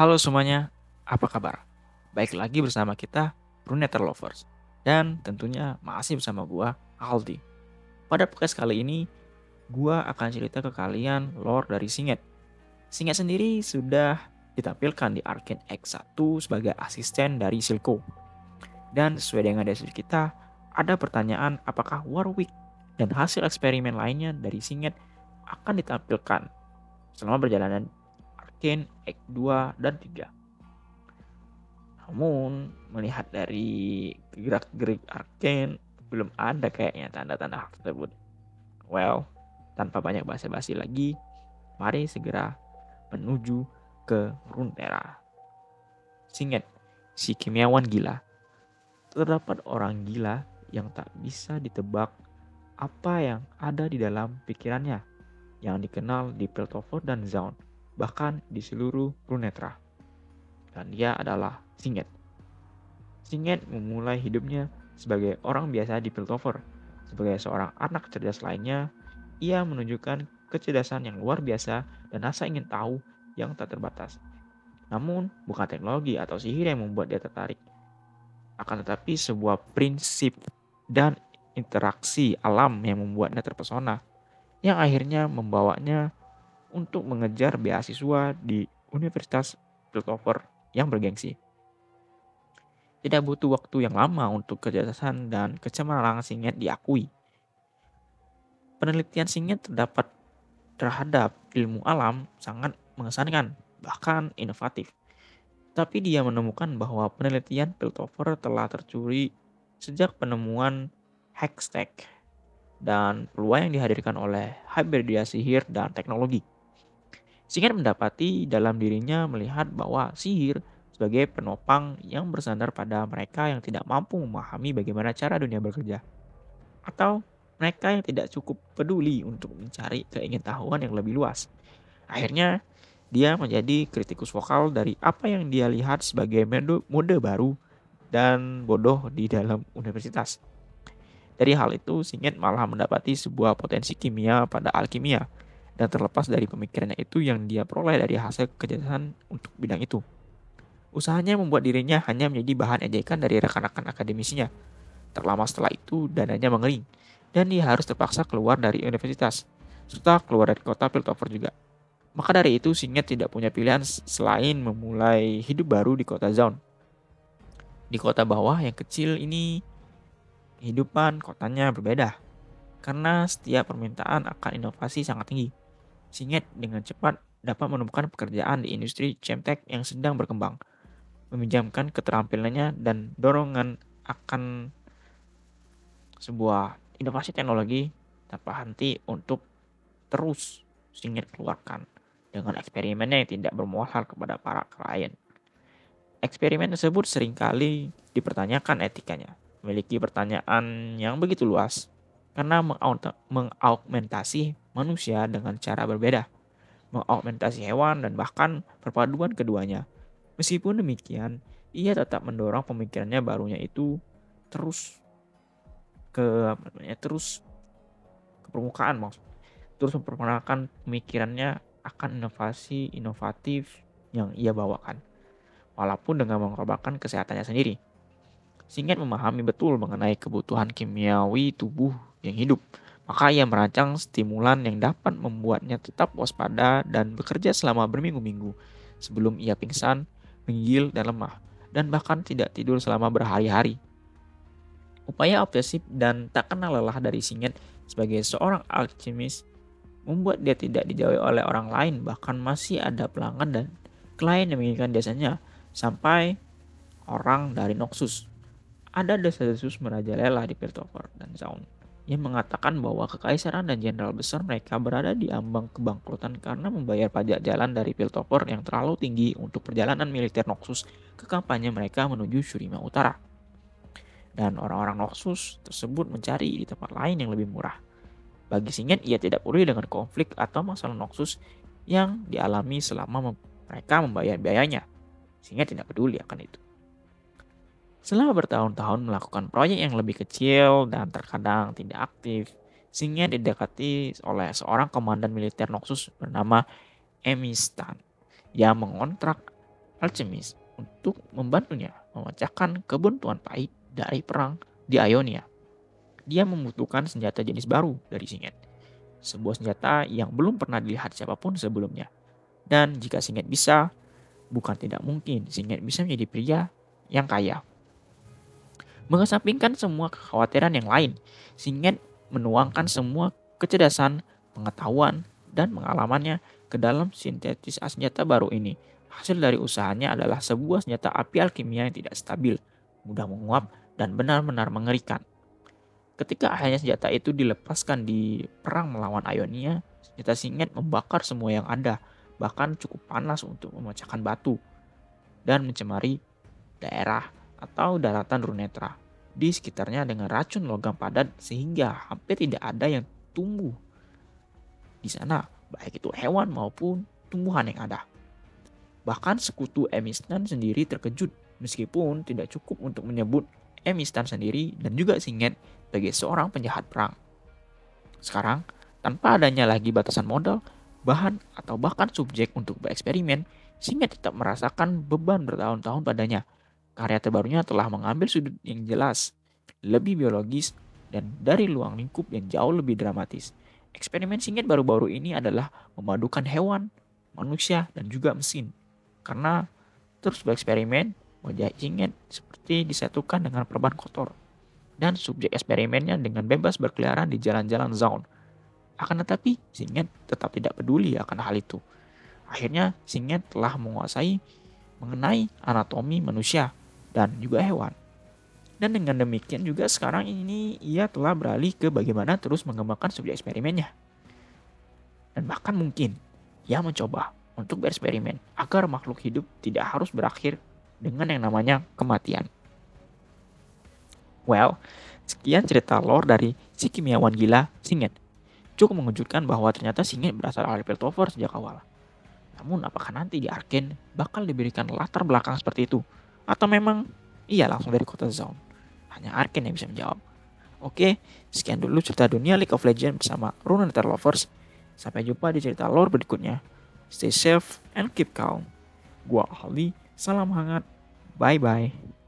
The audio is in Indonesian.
Halo semuanya, apa kabar? Baik lagi bersama kita, Brunetter Lovers. Dan tentunya masih bersama gua, Aldi. Pada podcast kali ini, gua akan cerita ke kalian lore dari Singed. Singed sendiri sudah ditampilkan di Arcane X1 sebagai asisten dari Silco. Dan sesuai dengan deskripsi kita, ada pertanyaan apakah Warwick dan hasil eksperimen lainnya dari Singed akan ditampilkan selama perjalanan Arcane X2 dan 3. Namun, melihat dari gerak-gerik Arcane, belum ada kayaknya tanda-tanda hal tersebut. Well, tanpa banyak basa-basi lagi, mari segera menuju ke Runeterra. Singed, si kimiawan gila. Terdapat orang gila yang tak bisa ditebak apa yang ada di dalam pikirannya, yang dikenal di Piltover dan Zaun, bahkan di seluruh Runeterra. Dan dia adalah Singed. Singed memulai hidupnya sebagai orang biasa di Piltover. Sebagai seorang anak cerdas lainnya, ia menunjukkan kecerdasan yang luar biasa dan rasa ingin tahu yang tak terbatas. Namun, bukan teknologi atau sihir yang membuat dia tertarik. Akan tetapi sebuah prinsip dan interaksi alam yang membuatnya terpesona. Yang akhirnya membawanya untuk mengejar beasiswa di Universitas Piltover yang bergengsi. Tidak butuh waktu yang lama untuk kecerdasan dan kecemerlangan Singed diakui. Penelitian Singed terhadap ilmu alam sangat mengesankan, bahkan inovatif. Tapi dia menemukan bahwa penelitian Piltover telah tercuri sejak penemuan Hextech dan peluang yang dihadirkan oleh hybridasi sihir dan teknologi. Singed mendapati dalam dirinya melihat bahwa sihir sebagai penopang yang bersandar pada mereka yang tidak mampu memahami bagaimana cara dunia bekerja. Atau mereka yang tidak cukup peduli untuk mencari keingintahuan yang lebih luas. Akhirnya, dia menjadi kritikus vokal dari apa yang dia lihat sebagai mode baru dan bodoh di dalam universitas. Dari hal itu, Singed malah mendapati sebuah potensi kimia pada alkimia, dan terlepas dari pemikirannya itu yang dia peroleh dari hasil kecerdasan untuk bidang itu. Usahanya membuat dirinya hanya menjadi bahan ejekan dari rekan-rekan akademisinya. Tak lama setelah itu, dananya mengering, dan dia harus terpaksa keluar dari universitas, serta keluar dari kota Piltover juga. Maka dari itu, Singed tidak punya pilihan selain memulai hidup baru di kota Zaun. Di kota bawah yang kecil ini, kehidupan kotanya berbeda, karena setiap permintaan akan inovasi sangat tinggi. Singed dengan cepat dapat menemukan pekerjaan di industri Chemtech yang sedang berkembang, meminjamkan keterampilannya dan dorongan akan sebuah inovasi teknologi tanpa henti untuk terus Singed keluarkan dengan eksperimennya yang tidak bermuasal kepada para klien. Eksperimen tersebut seringkali dipertanyakan etikanya, memiliki pertanyaan yang begitu luas, karena mengaugmentasi manusia dengan cara berbeda, mengaugmentasi hewan dan bahkan perpaduan keduanya. Meskipun demikian, ia tetap mendorong pemikirannya barunya itu terus terus ke permukaan maksudnya. Terus memperkenalkan pemikirannya akan inovasi inovatif yang ia bawakan, walaupun dengan mengorbankan kesehatannya sendiri. Singed memahami betul mengenai kebutuhan kimiawi tubuh yang hidup. Maka ia merancang stimulan yang dapat membuatnya tetap waspada dan bekerja selama berminggu-minggu sebelum ia pingsan, menggigil dan lemah, dan bahkan tidak tidur selama berhari-hari. Upaya obsesif dan tak kenal lelah dari Singed sebagai seorang alkimis membuat dia tidak dijauhi oleh orang lain, bahkan masih ada pelanggan dan klien yang menginginkan jasanya, sampai orang dari Noxus. Ada desas-desus merajalela di Piltover dan Zaun yang mengatakan bahwa kekaisaran dan jenderal besar mereka berada di ambang kebangkrutan karena membayar pajak jalan dari Piltover yang terlalu tinggi untuk perjalanan militer Noxus ke kampanye mereka menuju Shurima Utara. Dan orang-orang Noxus tersebut mencari di tempat lain yang lebih murah. Bagi Singed, ia tidak peduli dengan konflik atau masalah Noxus yang dialami selama mereka membayar biayanya. Singed tidak peduli akan itu. Selama bertahun-tahun melakukan proyek yang lebih kecil dan terkadang tidak aktif, Singed didekati oleh seorang komandan militer Noxus bernama Emistan yang mengontrak alchemist untuk membantunya memecahkan kebuntuan pahit dari perang di Ionia. Dia membutuhkan senjata jenis baru dari Singed, sebuah senjata yang belum pernah dilihat siapapun sebelumnya. Dan jika Singed bisa, bukan tidak mungkin Singed bisa menjadi pria yang kaya. Mengesampingkan semua kekhawatiran yang lain, Singed menuangkan semua kecerdasan, pengetahuan, dan pengalamannya ke dalam sintetis senjata baru ini. Hasil dari usahanya adalah sebuah senjata api alkimia yang tidak stabil, mudah menguap, dan benar-benar mengerikan. Ketika akhirnya senjata itu dilepaskan di perang melawan Ionia, senjata Singed membakar semua yang ada, bahkan cukup panas untuk memecahkan batu dan mencemari daerah atau daratan Runetra di sekitarnya dengan racun logam padat sehingga hampir tidak ada yang tumbuh di sana, baik itu hewan maupun tumbuhan yang ada. Bahkan sekutu Emistan sendiri terkejut meskipun tidak cukup untuk menyebut Emistan sendiri dan juga Singed sebagai seorang penjahat perang. Sekarang, tanpa adanya lagi batasan modal, bahan, atau bahkan subjek untuk bereksperimen, Singed tetap merasakan beban bertahun-tahun padanya. Karya terbarunya telah mengambil sudut yang jelas, lebih biologis, dan dari luang lingkup yang jauh lebih dramatis. Eksperimen Singed baru-baru ini adalah memadukan hewan, manusia, dan juga mesin. Karena terus bereksperimen, wajah Singed seperti disatukan dengan perban kotor. Dan subjek eksperimennya dengan bebas berkeliaran di jalan-jalan Zaun. Akan tetapi, Singed tetap tidak peduli akan hal itu. Akhirnya, Singed telah menguasai mengenai anatomi manusia dan juga hewan. Dan dengan demikian juga sekarang ini ia telah beralih ke bagaimana terus mengembangkan subjek eksperimennya. Dan bahkan mungkin ia mencoba untuk bereksperimen agar makhluk hidup tidak harus berakhir dengan yang namanya kematian. Well, sekian cerita lore dari si kimiawan gila Singed. Cukup mengejutkan bahwa ternyata Singed berasal dari Piltover sejak awal. Namun apakah nanti di Arcane bakal diberikan latar belakang seperti itu? Atau memang iya langsung dari kota Zaun? Hanya Arcane yang bisa menjawab. Oke, sekian dulu cerita dunia League of Legends bersama Runeterra Lovers. Sampai jumpa di cerita lore berikutnya. Stay safe and keep calm. Gua Ali, salam hangat. Bye-bye.